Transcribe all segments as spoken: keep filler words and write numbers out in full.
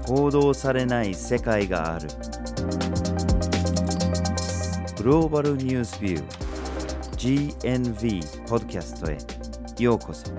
報道されない世界がある。グローバルニュースビュー ジーエヌブイ ポッドキャストへようこそ。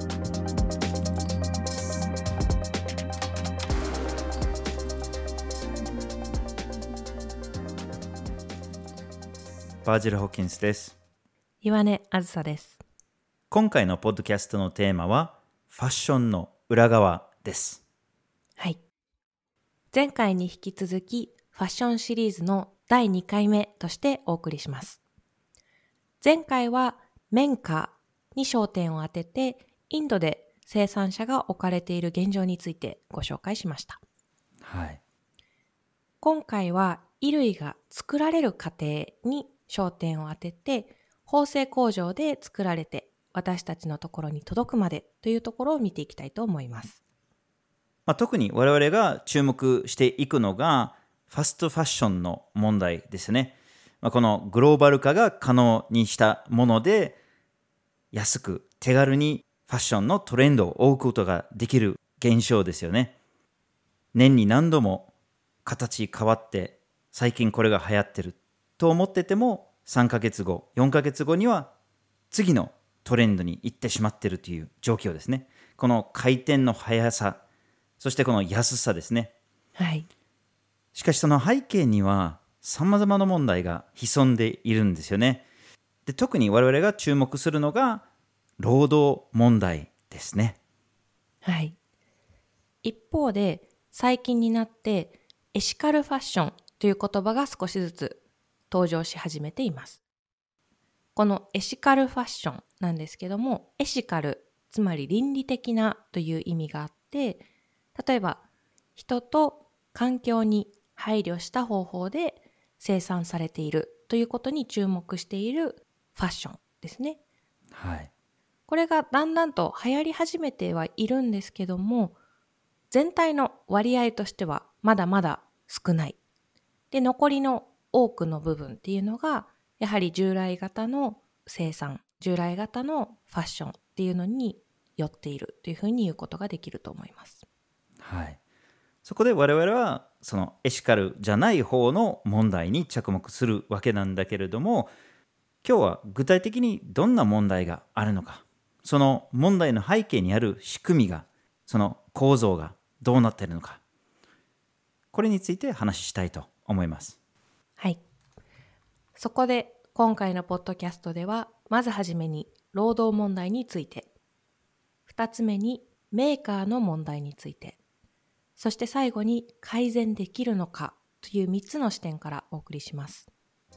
バージル・ホッキンスです。 岩根あずさです。 今回のポッドキャストのテーマはファッションの裏側です。 はい。前回に引き続きファッションシリーズのだいにかいめとしてお送りします。前回はメンカーに焦点を当ててインドで生産者が置かれている現状についてご紹介しました。 はい。 今回は衣類が作られる過程に焦点を当てて縫製工場で作られて私たちのところに届くまでというところを見ていきたいと思います。 まあ、特に我々が注目していくのがファストファッションの問題ですね。まあ、このグローバル化が可能にしたもので安く手軽にファッションのトレンドを追うことができる現象ですよね。年に何度も形変わって最近これが流行ってると思っててもさんかげつご、よんかげつごには次のトレンドに行ってしまっているという状況ですね。この回転の速さ、そしてこの安さですね。 はい。 しかしその背景には様々な問題が潜んでいるんですよね。で、特に我々が注目するのが労働問題ですね。 はい。一方で最近になってエシカルファッションという言葉が少しずつ登場し始めています。このエシカルファッションなんですけども、エシカル、つまり倫理的なという意味があって、例えば人と環境に配慮した方法で生産されているということに注目しているファッションですね。 はい。 これがだんだんと流行り始めてはいるんですけども、全体の割合としてはまだまだ少ない。で、残りの多くの部分っていうのが、やはり従来型の生産、従来型のファッションっていうのに寄っているというふうに言うことができると思います。 はい。そこで我々はそのエシカルじゃない方の問題に着目するわけなんだけれども、今日は具体的にどんな問題があるのか、その問題の背景にある仕組みが、その構造がどうなっているのか、これについて話したいと思います。 はい。そこで今回のポッドキャストでは、まずはじめに労働問題について、二つ目にメーカーの問題について、そして最後に改善できるのかというみっつの視点からお送りします。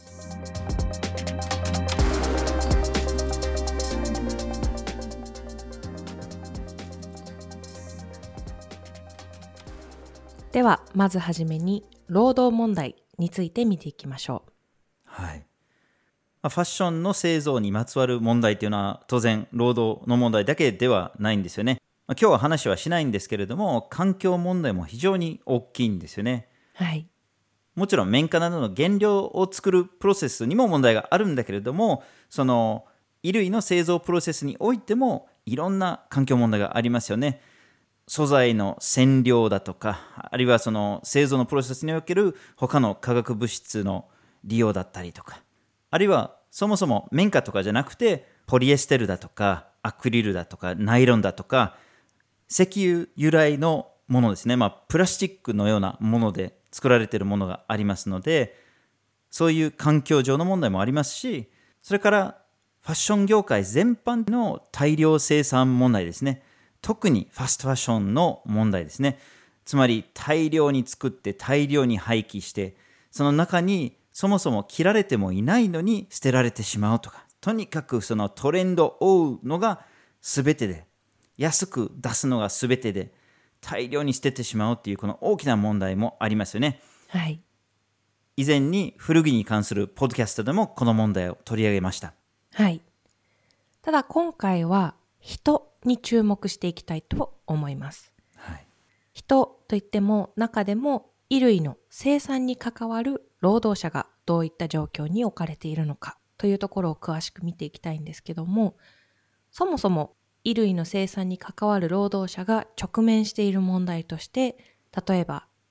では、まずはじめに労働問題について見ていきましょう。 はい。ファッションの製造にまつわる問題というのは当然労働の問題だけではないんですよね。今日は話はしないんですけれども、環境問題も非常に大きいんですよね。 はい。 もちろん綿花などの原料を作るプロセスにも問題があるんだけれども、その衣類の製造プロセスにおいてもいろんな環境問題がありますよね。素材の染料だとか、あるいはその製造のプロセスにおける他の化学物質の利用だったりとか、あるいはそもそも綿花とかじゃなくてポリエステルだとかアクリルだとかナイロンだとか石油由来のものですね、まあ、プラスチックのようなもので作られているものがありますので、そういう環境上の問題もありますし、それからファッション業界全般の大量生産問題ですね。特にファストファッションの問題ですね。つまり大量に作って大量に廃棄して、その中にそもそも着られてもいないのに捨てられてしまうとか、とにかくそのトレンドを追うのが全てで、安く出すのが全てで、大量に捨ててしまうというこの大きな問題もありますよね。 はい。 以前に古着に関するポッドキャストでもこの問題を取り上げました。 はい。ただ今回は人に注目していきたいと思います。 はい、 人といっても中でも衣類の生産に関わる労働者がどういった状況に置かれているのかというところを詳しく見ていきたいんですけども、そもそも衣類の生産に関わる労働者が直面している問題として、例えば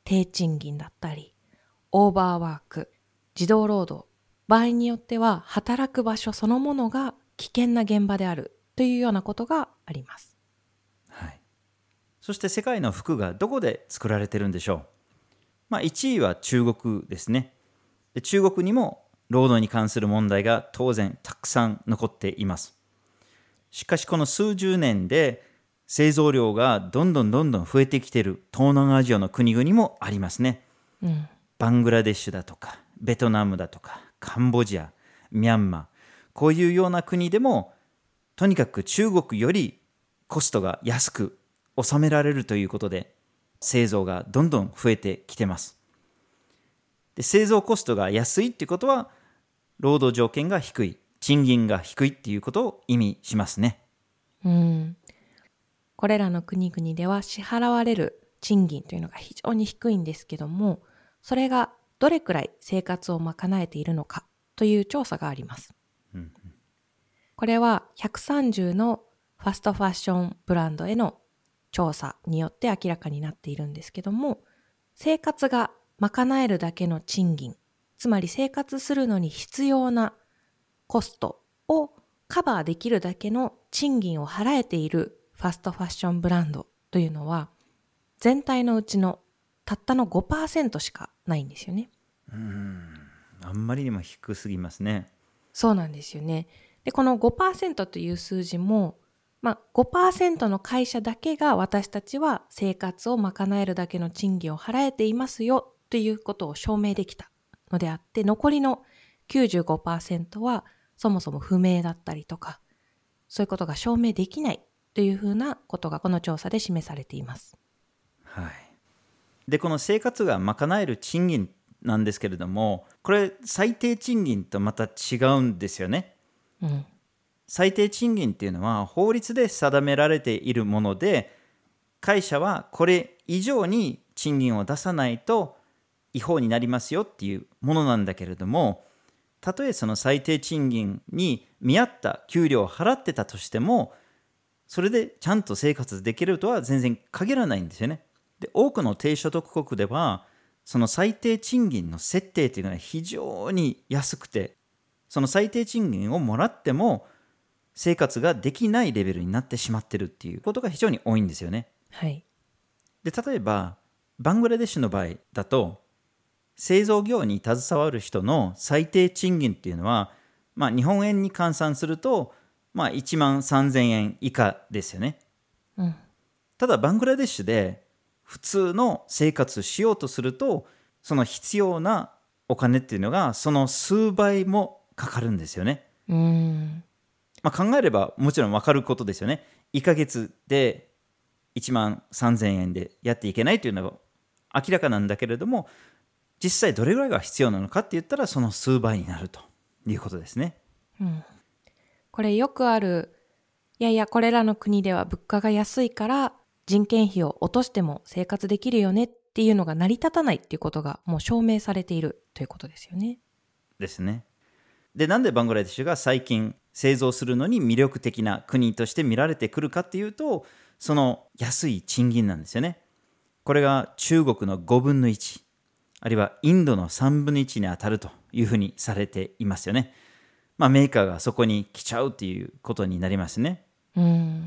低賃金だったり、オーバーワーク、児童労働、場合によっては働く場所そのものが危険な現場であるというようなことがあります。 はい。そして世界の服がどこで作られてるんでしょう。まあ、いちいは中国ですね。で、中国にも労働に関する問題が当然たくさん残っています。しかしこの数十年で製造量がどんどんどんどん増えてきている東南アジアの国々もありますね。 うん、 バングラデシュだとかベトナムだとかカンボジア、ミャンマー、こういうような国でもとにかく中国よりコストが安く収められるということで製造がどんどん増えてきてます。で、製造コストが安いっていうことは労働条件が低い、賃金が低いっていうことを意味しますね。 うん、これらの国々では支払われる賃金というのが非常に低いんですけども、それがどれくらい生活を賄えているのかという調査があります。 うんうん、 これはひゃくさんじゅうのファストファッションブランドへの調査によって明らかになっているんですけども、生活が賄えるだけの賃金、つまり生活するのに必要なコストをカバーできるだけの賃金を払えているファストファッションブランドというのは全体のうちのたったの ごパーセント しかないんですよね。 うーん、あんまりにも低すぎますね。 そうなんですよね。で、この ごパーセント という数字も、まあ、ごパーセント の会社だけが私たちは生活を賄えるだけの賃金を払えていますよということを証明できたのであって、残りの きゅうじゅうごパーセント はそもそも不明だったりとか、そういうことが証明できないというふうなことがこの調査で示されています。 はい。で、この生活が賄える賃金なんですけれども、これ最低賃金とまた違うんですよね。 うん、 最低賃金っていうのは法律で定められているもので、会社はこれ以上に賃金を出さないと違法になりますよっていうものなんだけれども、たとえその最低賃金に見合った給料を払ってたとしても、それでちゃんと生活できるとは全然限らないんですよね。で、多くの低所得国ではその最低賃金の設定というのは非常に安くて、その最低賃金をもらっても生活ができないレベルになってしまってるっていうことが非常に多いんですよね。 はい。 で、例えばバングラデシュの場合だと、製造業に携わる人の最低賃金っていうのは、まあ、日本円に換算すると、まあ、いちまんさんぜんえん以下ですよね。 うん、 ただバングラデシュで普通の生活しようとすると、その必要なお金っていうのがその数倍もかかるんですよね。 うーん、 まあ、考えればもちろん分かることですよね。いっかげつでいちまんさんぜんえんでやっていけないというのは明らかなんだけれども、実際どれぐらいが必要なのかって言ったらその数倍になるということですね。 うん。これよくある、いやいやこれらの国では物価が安いから人件費を落としても生活できるよねっていうのが成り立たないっていうことがもう証明されているということですよね。 ですね。で、なんでバングラデシュが最近製造するのに魅力的な国として見られてくるかっていうと、その安い賃金なんですよね。これが中国のごぶんのいち、あるいはインドのさんぶんのいちに当たるというふうにされていますよね。まあ、メーカーがそこに来ちゃうっていうことになりますね。 うん。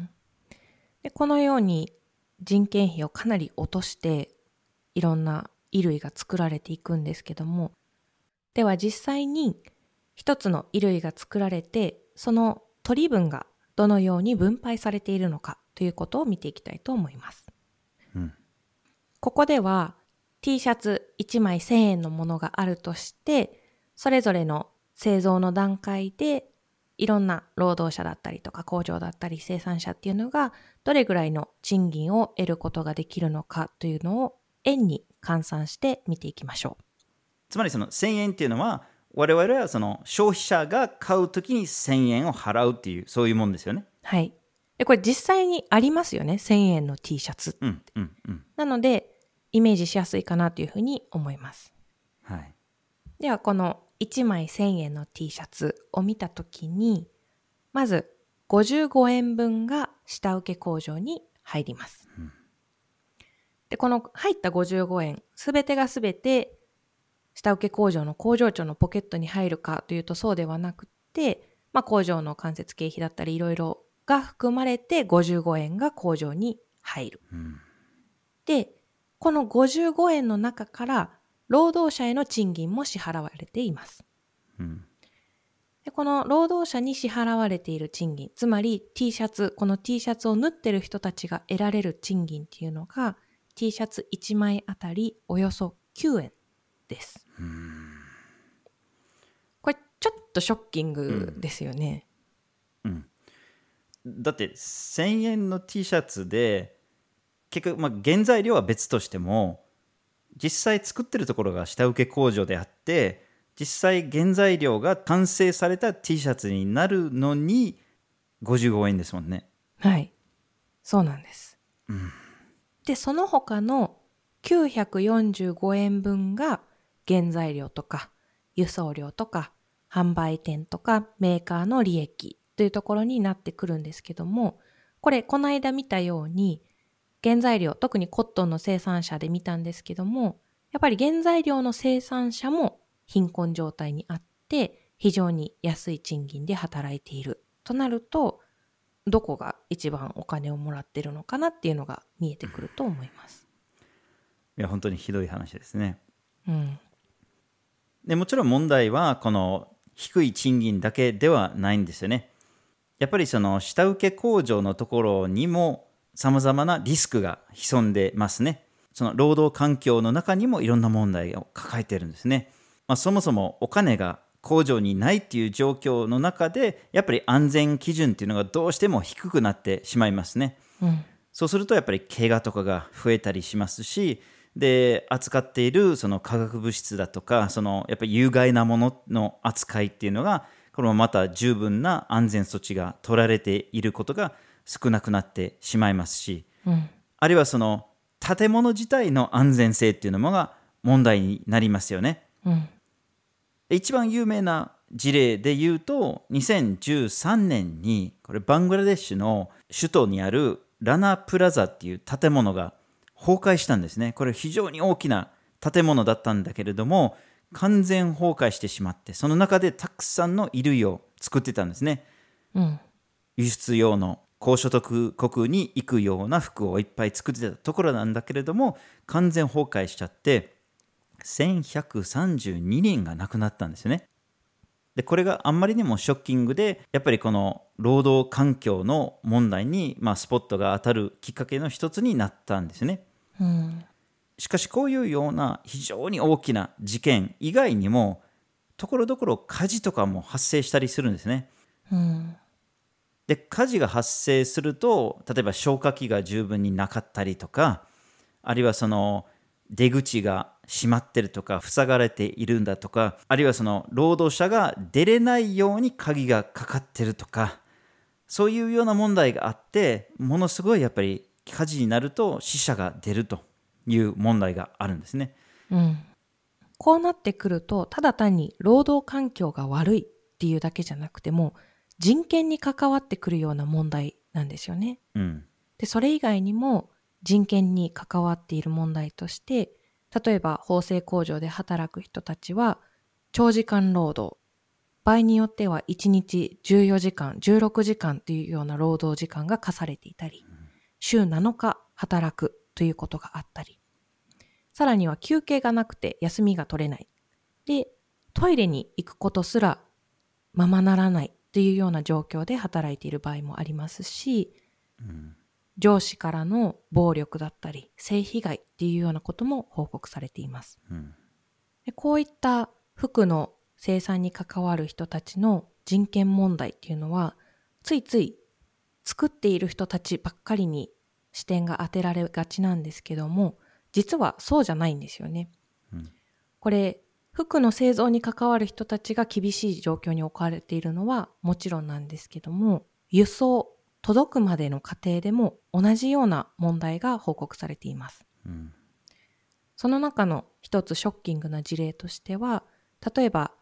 で、このように人件費をかなり落としていろんな衣類が作られていくんですけども、では実際に一つの衣類が作られてその取り分がどのように分配されているのかということを見ていきたいと思います。 うん、 ここでは T シャツいちまいせんえんのものがあるとして、それぞれの製造の段階でいろんな労働者だったりとか工場だったり生産者っていうのがどれぐらいの賃金を得ることができるのかというのを円に換算して見ていきましょう。 つまりそのせんえんっていうのは我々はその消費者が買うときにせんえんを払うっていうそういうもんですよね。 はい。で、これ実際にありますよね。せんえんの T シャツ。 うんうんうん。 なのでイメージしやすいかなというふうに思います。 はい。 ではこのいちまいせんえんの T シャツを見たときに、まずごじゅうごえんぶんが下請け工場に入ります。 うん、 で、この入ったごじゅうごえん、すべてがすべて下請け工場の工場長のポケットに入るかというとそうではなくて、まあ、工場の間接経費だったりいろいろが含まれてごじゅうごえんが工場に入る。 うん、 で、このごじゅうごえんの中から労働者への賃金も支払われています。 うん、 で、この労働者に支払われている賃金、つまり T シャツ、この T シャツを縫ってる人たちが得られる賃金っていうのが T シャツいちまいあたりおよそきゅうえんです。 うん、 これちょっとショッキングですよね。 うん、だってせんえんの T シャツで結局、まあ、原材料は別としても実際作ってるところが下請け工場であって実際原材料が完成された T シャツになるのにごじゅうごえんですもんね。 はい。そうなんです。 うん、 で、その他のきゅうひゃくよんじゅうごえんぶんが原材料とか輸送料とか販売店とかメーカーの利益というところになってくるんですけども、これこの間見たように原材料、特にコットンの生産者で見たんですけども、やっぱり原材料の生産者も貧困状態にあって非常に安い賃金で働いているとなると、どこが一番お金をもらってるのかなっていうのが見えてくると思います。 いや本当にひどい話ですね。 うん、 でもちろん問題はこの低い賃金だけではないんですよね。やっぱりその下請け工場のところにもさまざまなリスクが潜んでますね。その労働環境の中にもいろんな問題を抱えているんですね。まあ、そもそもお金が工場にないっていう状況の中でやっぱり安全基準っていうのがどうしても低くなってしまいますね。 うん、 そうするとやっぱり怪我とかが増えたりしますし、で扱っているその化学物質だとかそのやっぱり有害なものの扱いっていうのがこれもまた十分な安全措置が取られていることが少なくなってしまいますし、 うん、 あるいはその建物自体の安全性っていうのが問題になりますよね。 うん、 一番有名な事例で言うとにせんじゅうさんねんにこれバングラデシュの首都にあるラナプラザっていう建物が崩壊したんですね。これ非常に大きな建物だったんだけれども完全崩壊してしまって、その中でたくさんの衣類を作ってたんですね。 うん、 輸出用の高所得国に行くような服をいっぱい作ってたところなんだけれども完全崩壊しちゃってせんひゃくさんじゅうににんが亡くなったんですよね。でこれがあんまりにもショッキングでやっぱりこの労働環境の問題に、まあ、スポットが当たるきっかけの一つになったんですね。 うん、 しかしこういうような非常に大きな事件以外にもところどころ火事とかも発生したりするんですね。 うん、 で火事が発生すると例えば消火器が十分になかったりとか、あるいはその出口が閉まってるとか塞がれているんだとか、あるいはその労働者が出れないように鍵がかかってるとか、そういうような問題があってものすごいやっぱり火事になると死者が出るという問題があるんですね。 うん。こうなってくると、ただ単に労働環境が悪いっていうだけじゃなくても、人権に関わってくるような問題なんですよね。 うん、 で、それ以外にも人権に関わっている問題として、例えば縫製工場で働く人たちは、長時間労働、場合によってはいちにちじゅうよじかん、じゅうろくじかんというような労働時間が課されていたり、週なのか働くということがあったり、さらには休憩がなくて休みが取れない。で、トイレに行くことすらままならないというような状況で働いている場合もありますし、 うん、 上司からの暴力だったり性被害っていうようなことも報告されています。 うん、 でこういった服の生産に関わる人たちの人権問題っていうのは、ついつい作っている人たちばっかりに視点が当てられがちなんですけども、実はそうじゃないんですよね。 うん、 これ、服の製造に関わる人たちが厳しい状況に置かれているのはもちろんなんですけども、輸送、届くまでの過程でも同じような問題が報告されています。 うん、 その中の一つショッキングな事例としては、例えば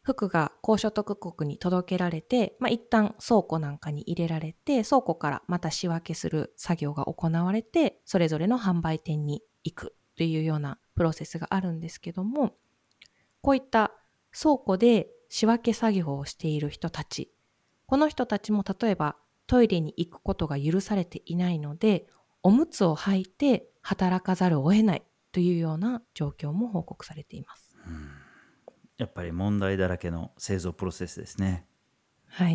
服が高所得国に届けられて、まあ、一旦倉庫なんかに入れられて、倉庫からまた仕分けする作業が行われて、それぞれの販売店に行くというようなプロセスがあるんですけども、こういった倉庫で仕分け作業をしている人たち、この人たちも例えばトイレに行くことが許されていないので、おむつを履いて働かざるを得ないというような状況も報告されています。 うん、やっぱり問題だらけの製造プロセスですね。 はい。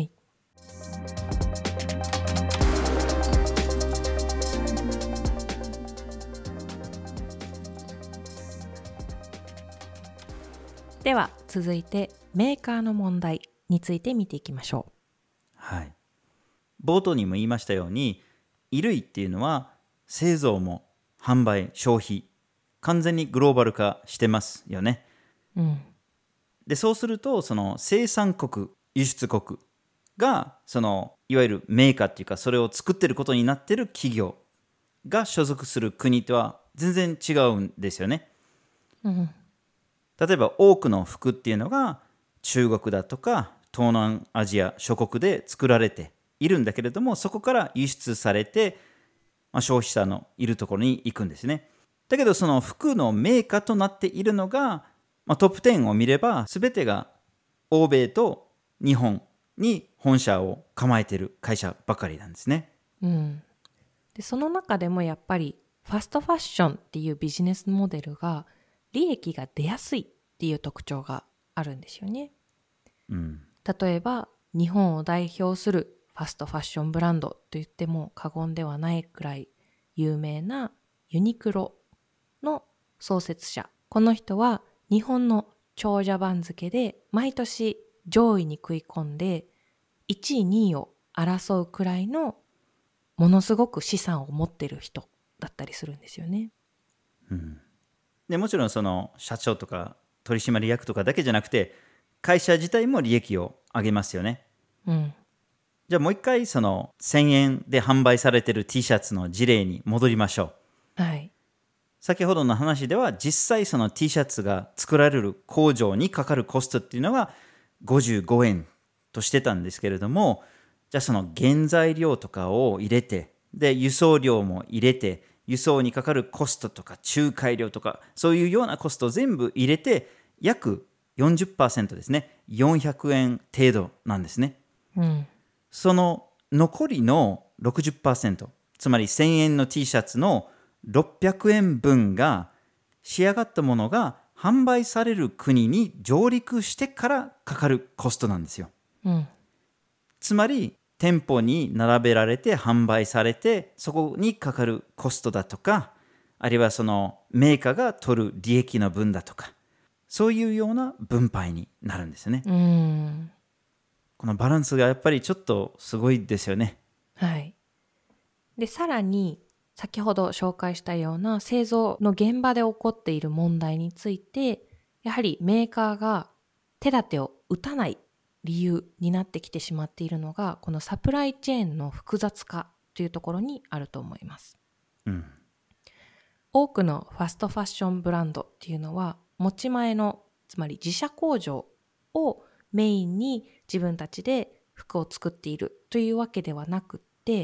では続いてメーカーの問題について見ていきましょう。 はい。冒頭にも言いましたように、衣類っていうのは製造も販売、消費、完全にグローバル化してますよね。 うん。 で、そうすると、その生産国、輸出国が、そのいわゆるメーカーっていうか、それを作ってることになってる企業が所属する国とは全然違うんですよね。 うん。 例えば多くの服っていうのが中国だとか東南アジア諸国で作られているんだけれども、そこから輸出されて、まあ、消費者のいるところに行くんですね。だけどその服のメーカーとなっているのが、まあ、トップじゅうを見れば全てが欧米と日本に本社を構えている会社ばかりなんですね。 うん。で、その中でもやっぱりファストファッションっていうビジネスモデルが利益が出やすいっていう特徴があるんですよね。 うん、 例えば日本を代表するファストファッションブランドと言っても過言ではないくらい有名なユニクロの創設者。この人は日本の長者番付で毎年上位に食い込んでいちいにいを争うくらいのものすごく資産を持ってる人だったりするんですよね。 うん、でもちろんその社長とか取締役とかだけじゃなくて会社自体も利益を上げますよね。 うん。 じゃあもう一回そのせんえんで販売されている T シャツの事例に戻りましょう。 はい。 先ほどの話では実際その T シャツが作られる工場にかかるコストっていうのがごじゅうごえんとしてたんですけれども、じゃあその原材料とかを入れて、で輸送料も入れて、輸送にかかるコストとか仲介料とかそういうようなコストを全部入れて約 よんじゅっパーセント ですね、よんひゃくえん程度なんですね。 うん。 その残りの ろくじゅっパーセント、つまりせんえんの T シャツのろっぴゃくえんぶんが仕上がったものが販売される国に上陸してからかかるコストなんですよ。 うん。 つまり店舗に並べられて販売されてそこにかかるコストだとか、あるいはそのメーカーが取る利益の分だとか、そういうような分配になるんですよね。 うん。 このバランスがやっぱりちょっとすごいですよね。 はい。で、さらに先ほど紹介したような製造の現場で起こっている問題について、やはりメーカーが手立てを打たない理由になってきてしまっているのが、このサプライチェーンの複雑化というところにあると思います。 うん、 多くのファストファッションブランドっていうのは持ち前の、つまり自社工場をメインに自分たちで服を作っているというわけではなくって、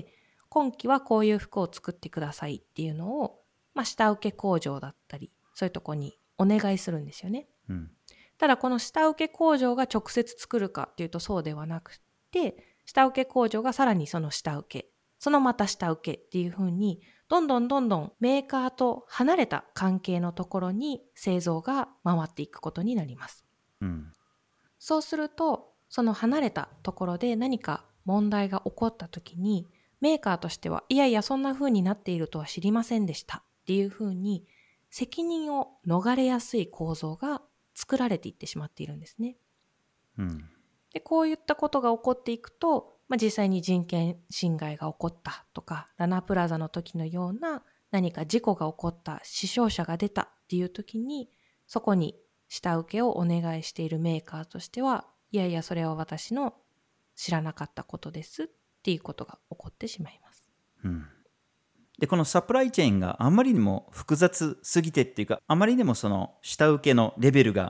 今期はこういう服を作ってくださいっていうのを、まあ、下請け工場だったりそういうとこにお願いするんですよね。 うん、 ただこの下請け工場が直接作るかっていうとそうではなくて、下請け工場がさらにその下請け、そのまた下請けっていうふうにどんどんどんどんメーカーと離れた関係のところに製造が回っていくことになります。 うん、 そうするとその離れたところで何か問題が起こった時にメーカーとしてはいやいやそんな風になっているとは知りませんでしたっていう風に責任を逃れやすい構造が作られていってしまっているんですね。 うん、 で、こういったことが起こっていくと、まあ、実際に人権侵害が起こったとか、ラナプラザの時のような何か事故が起こった、死傷者が出たっていう時に、そこに下請けをお願いしているメーカーとしては、いやいやそれは私の知らなかったことですっていうことが起こってしまいます。 うん、でこのサプライチェーンがあまりにも複雑すぎてっていうか、あまりにもその下請けのレベルが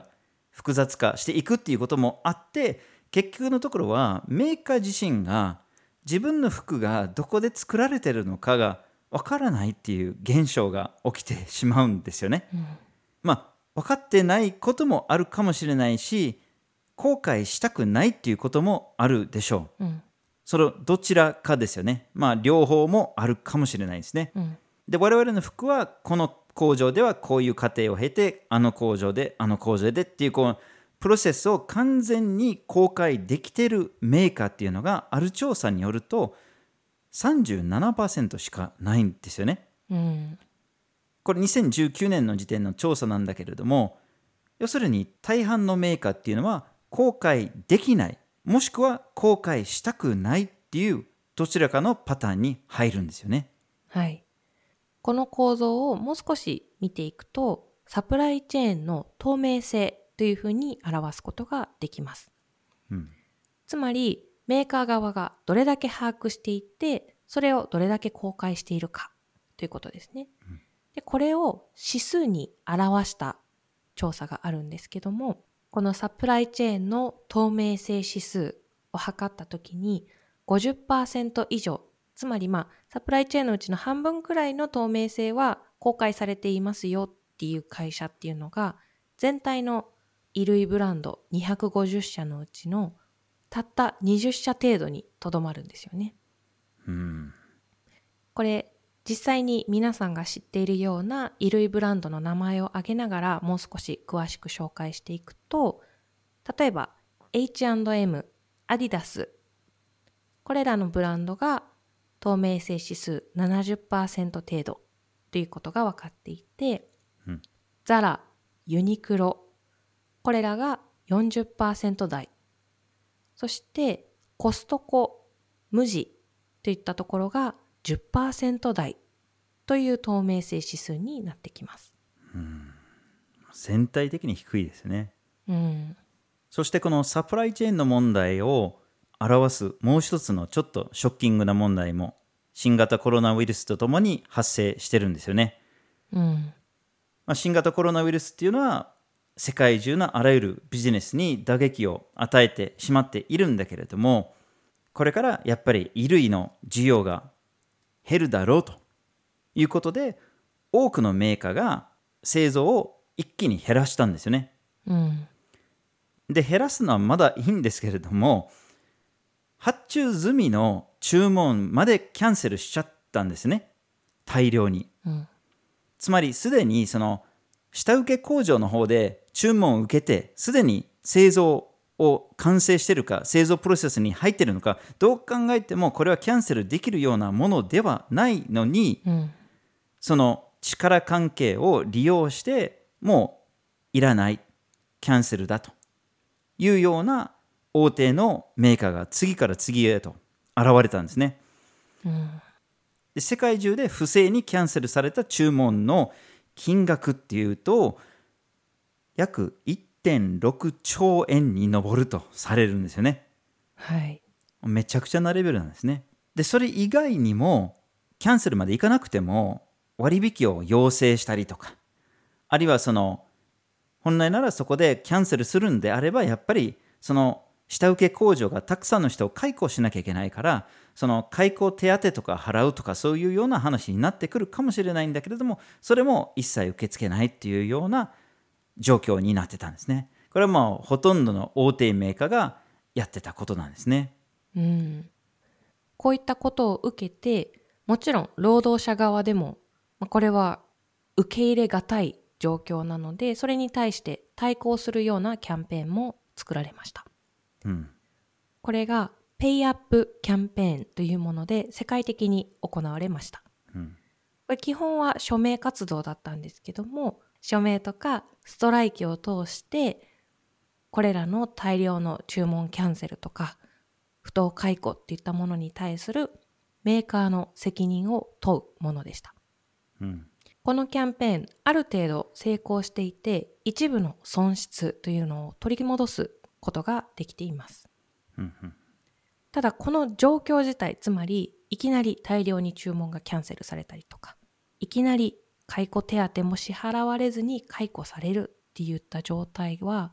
複雑化していくっていうこともあって、結局のところはメーカー自身が自分の服がどこで作られているのかがわからないっていう現象が起きてしまうんですよね。 うんまあ分かってないこともあるかもしれないし、後悔したくないっていうこともあるでしょう。 うんそのどちらかですよね。まあ両方もあるかもしれないですね。 うんで、我々の服はこの工場ではこういう過程を経て、あの工場であの工場でっていうこうプロセスを完全に公開できているメーカーっていうのがある調査によるとさんじゅうななパーセントしかないんですよね。 うんこれにせんじゅうきゅうねんの時点の調査なんだけれども、要するに大半のメーカーっていうのは公開できない、もしくは公開したくないっていうどちらかのパターンに入るんですよね。 はい。この構造をもう少し見ていくと、サプライチェーンの透明性というふうに表すことができます。 うん、 つまり、メーカー側がどれだけ把握していて、それをどれだけ公開しているかということですね。で、これを指数に表した調査があるんですけども、このサプライチェーンの透明性指数を測ったときに ごじゅっパーセント 以上、つまりまあサプライチェーンのうちの半分くらいの透明性は公開されていますよっていう会社っていうのが全体の衣類ブランドにひゃくごじゅっしゃのうちのたったにじゅっしゃ程度にとどまるんですよね。 うん、 これ実際に皆さんが知っているような衣類ブランドの名前を挙げながらもう少し詳しく紹介していくと、例えば エイチアンドエム、アディダス、これらのブランドが透明性指数 ななじゅっパーセント 程度ということが分かっていて、 うん、 ザラ、ユニクロ、これらが よんじゅっパーセント 台、そしてコストコ、ムジといったところがじゅっパーセント 台という透明性指数になってきます。 うん、全体的に低いですね。 うん、 そしてこのサプライチェーンの問題を表すもう一つのちょっとショッキングな問題も新型コロナウイルスとともに発生してるんですよね。 うんまあ、新型コロナウイルスっていうのは世界中のあらゆるビジネスに打撃を与えてしまっているんだけれども、これからやっぱり衣類の需要が減るだろうということで、多くのメーカーが製造を一気に減らしたんですよね。 うんで、減らすのはまだいいんですけれども、発注済みの注文までキャンセルしちゃったんですね。大量に。 うんつまりすでにその下請け工場の方で注文を受けて、すでに製造を完成しているか、製造プロセスに入っているのか、どう考えてもこれはキャンセルできるようなものではないのに、 うんその力関係を利用してもういらない、キャンセルだというような大手のメーカーが次から次へと現れたんですね。 うんで、世界中で不正にキャンセルされた注文の金額っていうと約 いってんろくちょうえんに上るとされるんですよね。 はい。 めちゃくちゃなレベルなんですね。で、それ以外にもキャンセルまでいかなくても割引を要請したりとか、あるいはその本来ならそこでキャンセルするんであれば、やっぱりその下請け工場がたくさんの人を解雇しなきゃいけないから、その解雇手当とか払うとかそういうような話になってくるかもしれないんだけれども、それも一切受け付けないっていうような状況になってたんですね。これはもうほとんどの大手メーカーがやってたことなんですね。 うん。こういったことを受けて、もちろん労働者側でも、まあこれは受け入れがたい状況なので、それに対して対抗するようなキャンペーンも作られました。 うん、 これがペイアップキャンペーンというもので世界的に行われました。 うん、 これ基本は署名活動だったんですけども、署名とかストライキを通してこれらの大量の注文キャンセルとか不当解雇っていったものに対するメーカーの責任を問うものでした。 うん、 このキャンペーンある程度成功していて、一部の損失というのを取り戻すことができています。 うんうん、 ただこの状況自体、つまりいきなり大量に注文がキャンセルされたりとか、いきなり解雇手当も支払われずに解雇されるっていった状態は、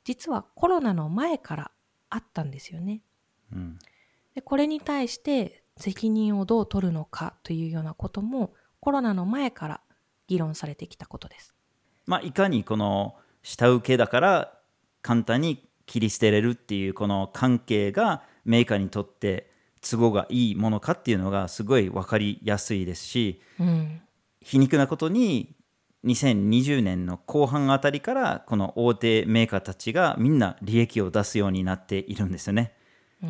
実はコロナの前からあったんですよね。 うん、 でこれに対して責任をどう取るのかというようなこともコロナの前から議論されてきたことです。 まあ、いかにこの下請けだから簡単に切り捨てれるっていうこの関係がメーカーにとって都合がいいものかっていうのがすごい分かりやすいですし、 うん、 皮肉なことににせんにじゅうねんの後半あたりからこの大手メーカーたちがみんな利益を出すようになっているんですよね。 うん、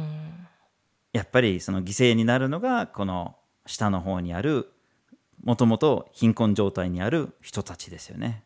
やっぱりその犠牲になるのがこの下の方にあるもともと貧困状態にある人たちですよね。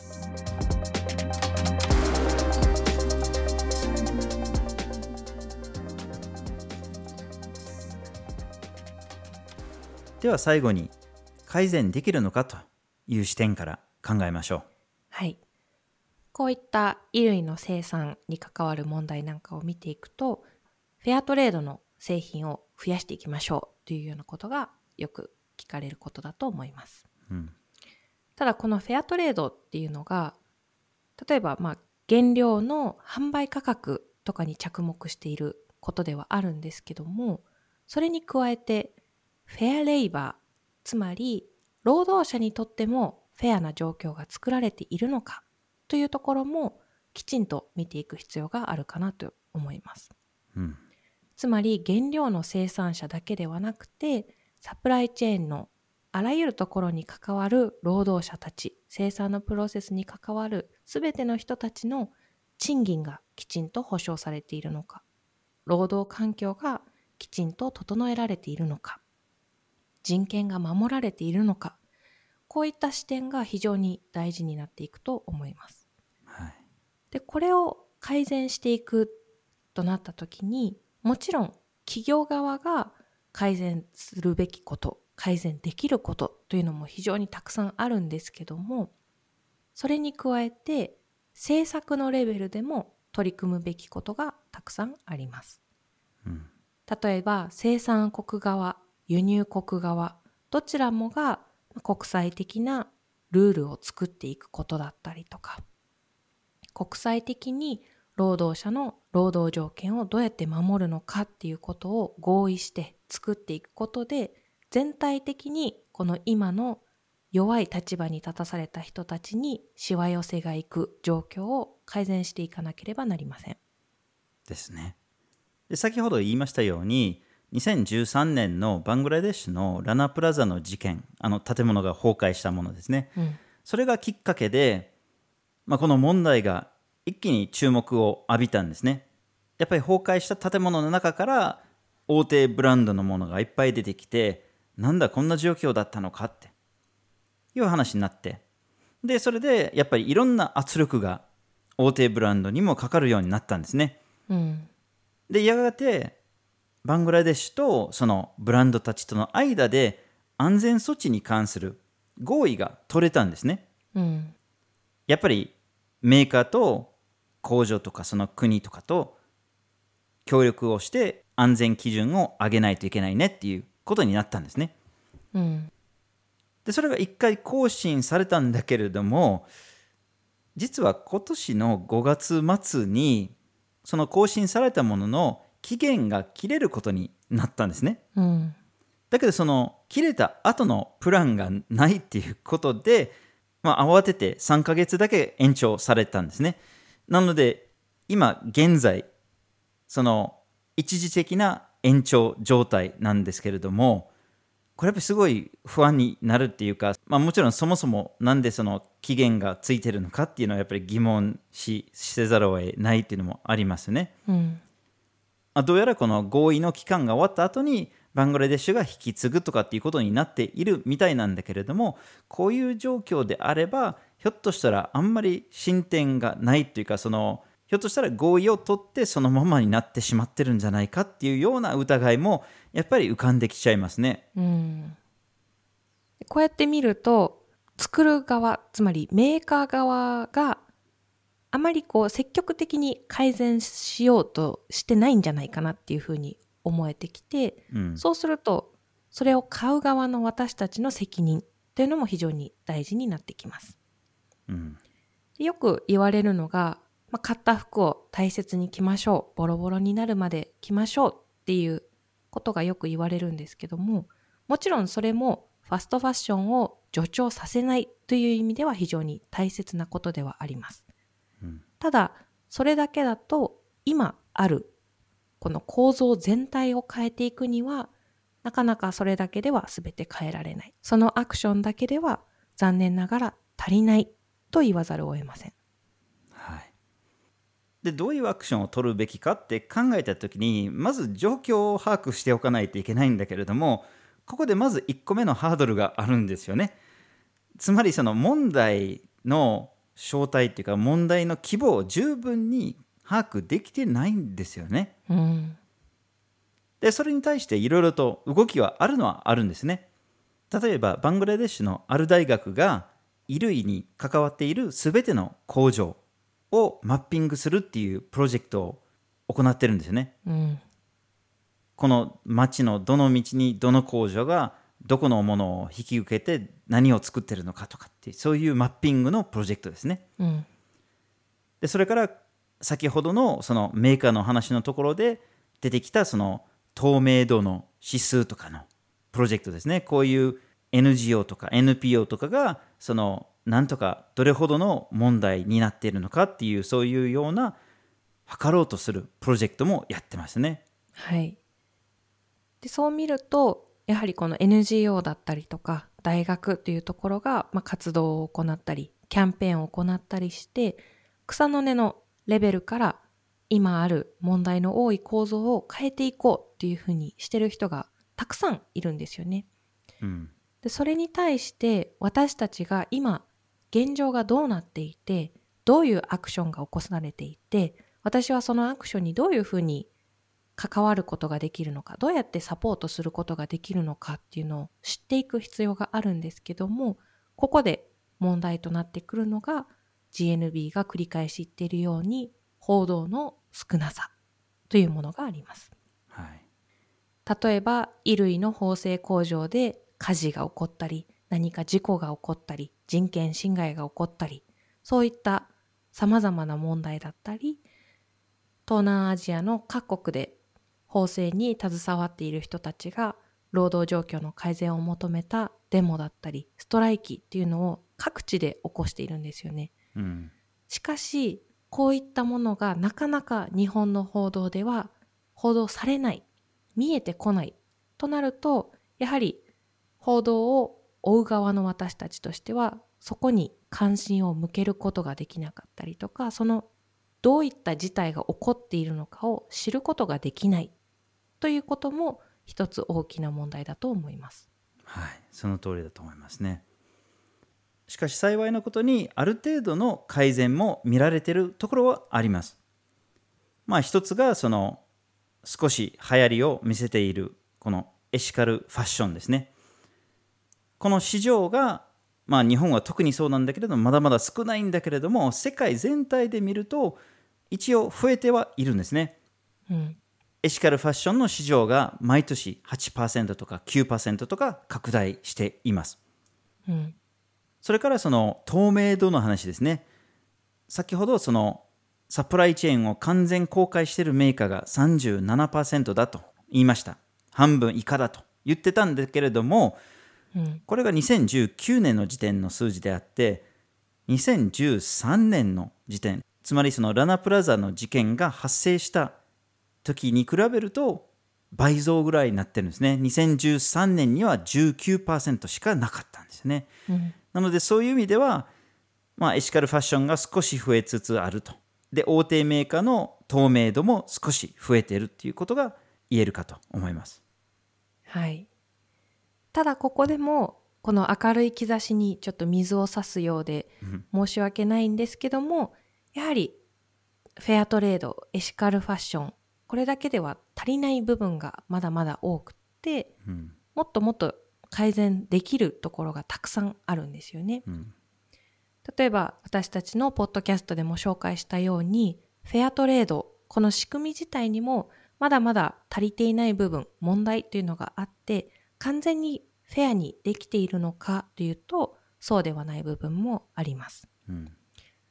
では最後に改善できるのかという視点から考えましょう。 はい。こういった衣類の生産に関わる問題なんかを見ていくと、フェアトレードの製品を増やしていきましょうというようなことがよく聞かれることだと思います。 うん、 ただこのフェアトレードっていうのが、例えばまあ原料の販売価格とかに着目していることではあるんですけども、それに加えてフェアレイバー、つまり労働者にとってもフェアな状況が作られているのかというところもきちんと見ていく必要があるかなと思います。 うん、 つまり原料の生産者だけではなくて、サプライチェーンのあらゆるところに関わる労働者たち、生産のプロセスに関わるすべての人たちの賃金がきちんと保障されているのか、労働環境がきちんと整えられているのか、人権が守られているのか、こういった視点が非常に大事になっていくと思います。 はい、 で、これを改善していくとなったときに、もちろん企業側が改善するべきこと、改善できることというのも非常にたくさんあるんですけども、それに加えて政策のレベルでも取り組むべきことがたくさんあります。 うん、 例えば生産国側、輸入国側、どちらもが国際的なルールを作っていくことだったりとか、国際的に労働者の労働条件をどうやって守るのかっていうことを合意して作っていくことで、全体的にこの今の弱い立場に立たされた人たちにしわ寄せがいく状況を改善していかなければなりません。 ですね。で、先ほど言いましたようににせんじゅうさんねんのバングラデシュのラナプラザの事件、あの建物が崩壊したものですね、 うん、 それがきっかけで、まあ、この問題が一気に注目を浴びたんですね。やっぱり崩壊した建物の中から大手ブランドのものがいっぱい出てきて、なんだこんな状況だったのかっていう話になって、でそれでやっぱりいろんな圧力が大手ブランドにもかかるようになったんですね。 うん、 でやがてバングラデシュとそのブランドたちとの間で安全措置に関する合意が取れたんですね。 うん、 やっぱりメーカーと工場とかその国とかと協力をして安全基準を上げないといけないねっていうことになったんですね。 うん、 でそれが一回更新されたんだけれども、実は今年のごがつ末にその更新されたものの期限が切れることになったんですね。 うん、 だけどその切れた後のプランがないっていうことで、まあ、慌ててさんかげつだけ延長されたんですね。なので今現在その一時的な延長状態なんですけれども、これやっぱりすごい不安になるっていうか、まあ、もちろんそもそもなんでその期限がついてるのかっていうのはやっぱり疑問視せざるを得ないっていうのもありますね。 うん、 どうやらこの合意の期間が終わった後にバングラデシュが引き継ぐとかっていうことになっているみたいなんだけれども、こういう状況であればひょっとしたらあんまり進展がないというか、そのひょっとしたら合意を取ってそのままになってしまってるんじゃないかっていうような疑いもやっぱり浮かんできちゃいますね。 うん、こうやって見ると作る側、つまりメーカー側があまりこう積極的に改善しようとしてないんじゃないかなっていうふうに思えてきて、 うん、 そうするとそれを買う側の私たちの責任というのも非常に大事になってきます。 うん、 よく言われるのが、 まあ、買った服を大切に着ましょう、ボロボロになるまで着ましょうっていうことがよく言われるんですけども、もちろんそれもファストファッションを助長させないという意味では非常に大切なことではあります。うん、ただそれだけだと今あるこの構造全体を変えていくにはなかなかそれだけでは全て変えられない。そのアクションだけでは残念ながら足りないと言わざるを得ません。 はい。で、どういうアクションを取るべきかって考えたときに、まず状況を把握しておかないといけないんだけれども、ここでまずいっこめのハードルがあるんですよね。つまりその問題の正体っていうか問題の規模を十分に把握できてないんですよね。 うん、 で、それに対していろいろと動きはあるのはあるんですね。例えばバングラデシュのある大学が衣類に関わっているすべての工場をマッピングするっていうプロジェクトを行ってるんですよね。 うん、 この町のどの道にどの工場がどこのものを引き受けて何を作ってるのかとかっていうそういうマッピングのプロジェクトですね。 うん、 でそれから先ほどのそのメーカーの話のところで出てきたその透明度の指数とかのプロジェクトですね。こういう エヌジーオー とか エヌピーオー とかがそのなんとかどれほどの問題になっているのかっていうそういうような測ろうとするプロジェクトもやってますね。 はい。でそう見るとやはりこの エヌジーオー だったりとか大学というところが、まあ、活動を行ったりキャンペーンを行ったりして草の根のレベルから今ある問題の多い構造を変えていこうっていうふうにしてる人がたくさんいるんですよね。 うん、 でそれに対して私たちが今現状がどうなっていてどういうアクションが起こされていて私はそのアクションにどういうふうに関わることができるのかどうやってサポートすることができるのかっていうのを知っていく必要があるんですけどもここで問題となってくるのが ジーエヌビー が繰り返し言っているように報道の少なさというものがあります、 はい、 例えば衣類の縫製工場で火事が起こったり何か事故が起こったり人権侵害が起こったりそういったさまざまな問題だったり東南アジアの各国で縫製に携わっている人たちが労働状況の改善を求めたデモだったりストライキっていうのを各地で起こしているんですよね、 うん、 しかしこういったものがなかなか日本の報道では報道されない見えてこないとなるとやはり報道を追う側の私たちとしてはそこに関心を向けることができなかったりとかそのどういった事態が起こっているのかを知ることができないということも一つ大きな問題だと思います。 はい、その通りだと思いますね。しかし幸いなことにある程度の改善も見られているところはあります。まあ一つがその少し流行りを見せているこのエシカルファッションですね。この市場がまあ日本は特にそうなんだけれどもまだまだ少ないんだけれども世界全体で見ると一応増えてはいるんですね。 うん、 エシカルファッションの市場が毎年 はちパーセント とか きゅうパーセント とか拡大しています。 うん、 それからその透明度の話ですね。先ほどそのサプライチェーンを完全公開しているメーカーが さんじゅうななパーセント だと言いました。半分以下だと言ってたんだけれども、うん、これがにせんじゅうきゅうねんの時点の数字であってにせんじゅうさんねんの時点つまりそのラナプラザの事件が発生した時に比べると倍増ぐらいになってるんですね。にせんじゅうさんねんには じゅうきゅうパーセント しかなかったんですね、うん、なのでそういう意味では、まあ、エシカルファッションが少し増えつつあると。で大手メーカーの透明度も少し増えているということが言えるかと思います。 はい。ただここでもこの明るい兆しにちょっと水を差すようで申し訳ないんですけども、やはりフェアトレード、エシカルファッションこれだけでは足りない部分がまだまだ多くて、うん、もっともっと改善できるところがたくさんあるんですよね、うん、例えば私たちのポッドキャストでも紹介したようにフェアトレードこの仕組み自体にもまだまだ足りていない部分問題というのがあって完全にフェアにできているのかというとそうではない部分もあります、うん、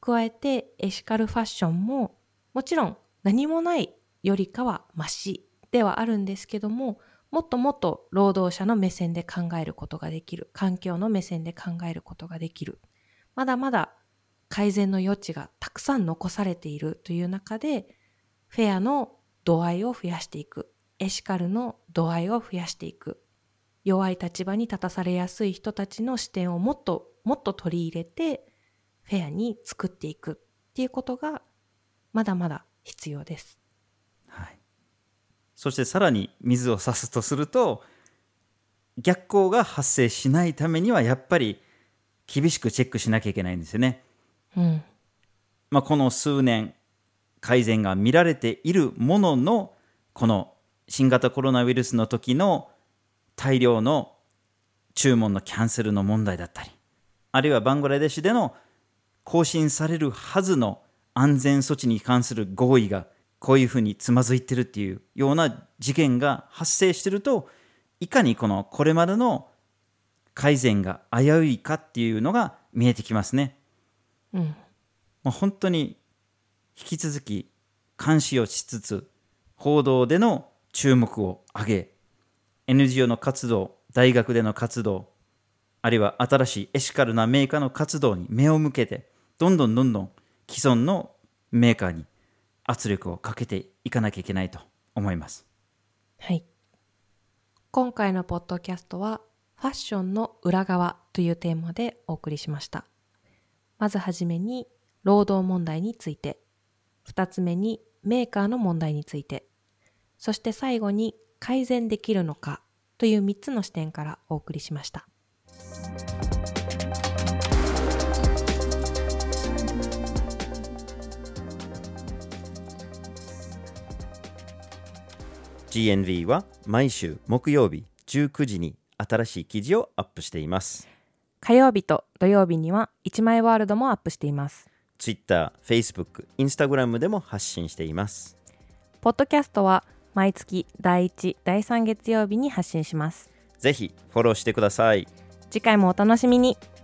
加えてエシカルファッションももちろん何もないよりかはマシではあるんですけども、もっともっと労働者の目線で考えることができる、環境の目線で考えることができる、まだまだ改善の余地がたくさん残されているという中で、フェアの度合いを増やしていく、エシカルの度合いを増やしていく、弱い立場に立たされやすい人たちの視点をもっともっと取り入れてフェアに作っていくっていうことがまだまだ必要です。 はい、そしてさらに水を差すとすると、逆行が発生しないためにはやっぱり厳しくチェックしなきゃいけないんですよね。 うんまあ、この数年改善が見られているものの、この新型コロナウイルスの時の大量の注文のキャンセルの問題だったり、あるいはバングラデシュでの更新されるはずの安全措置に関する合意がこういうふうにつまずいてるっていうような事件が発生していると、いかにこのこれまでの改善が危ういかっていうのが見えてきますね。 うんもう本当に引き続き監視をしつつ、報道での注目を上げ、 エヌジーオー の活動、大学での活動、あるいは新しいエシカルなメーカーの活動に目を向けて、どんどんどんどん既存のメーカーに圧力をかけていかなきゃいけないと思います。 はい。今回のポッドキャストはファッションの裏側というテーマでお送りしました。まずはじめに労働問題について、ふたつめにメーカーの問題について、そして最後に改善できるのかというみっつの視点からお送りしました。 ジーエヌブイ は毎週木曜日じゅうくじに新しい記事をアップしています。 火曜日と土曜日にはいちまいワールドもアップしています。 Twitter、Facebook、Instagram でも発信しています。 ポッドキャストは毎月だいいち、だいさん月曜日に発信します。 ぜひフォローしてください。 次回もお楽しみに。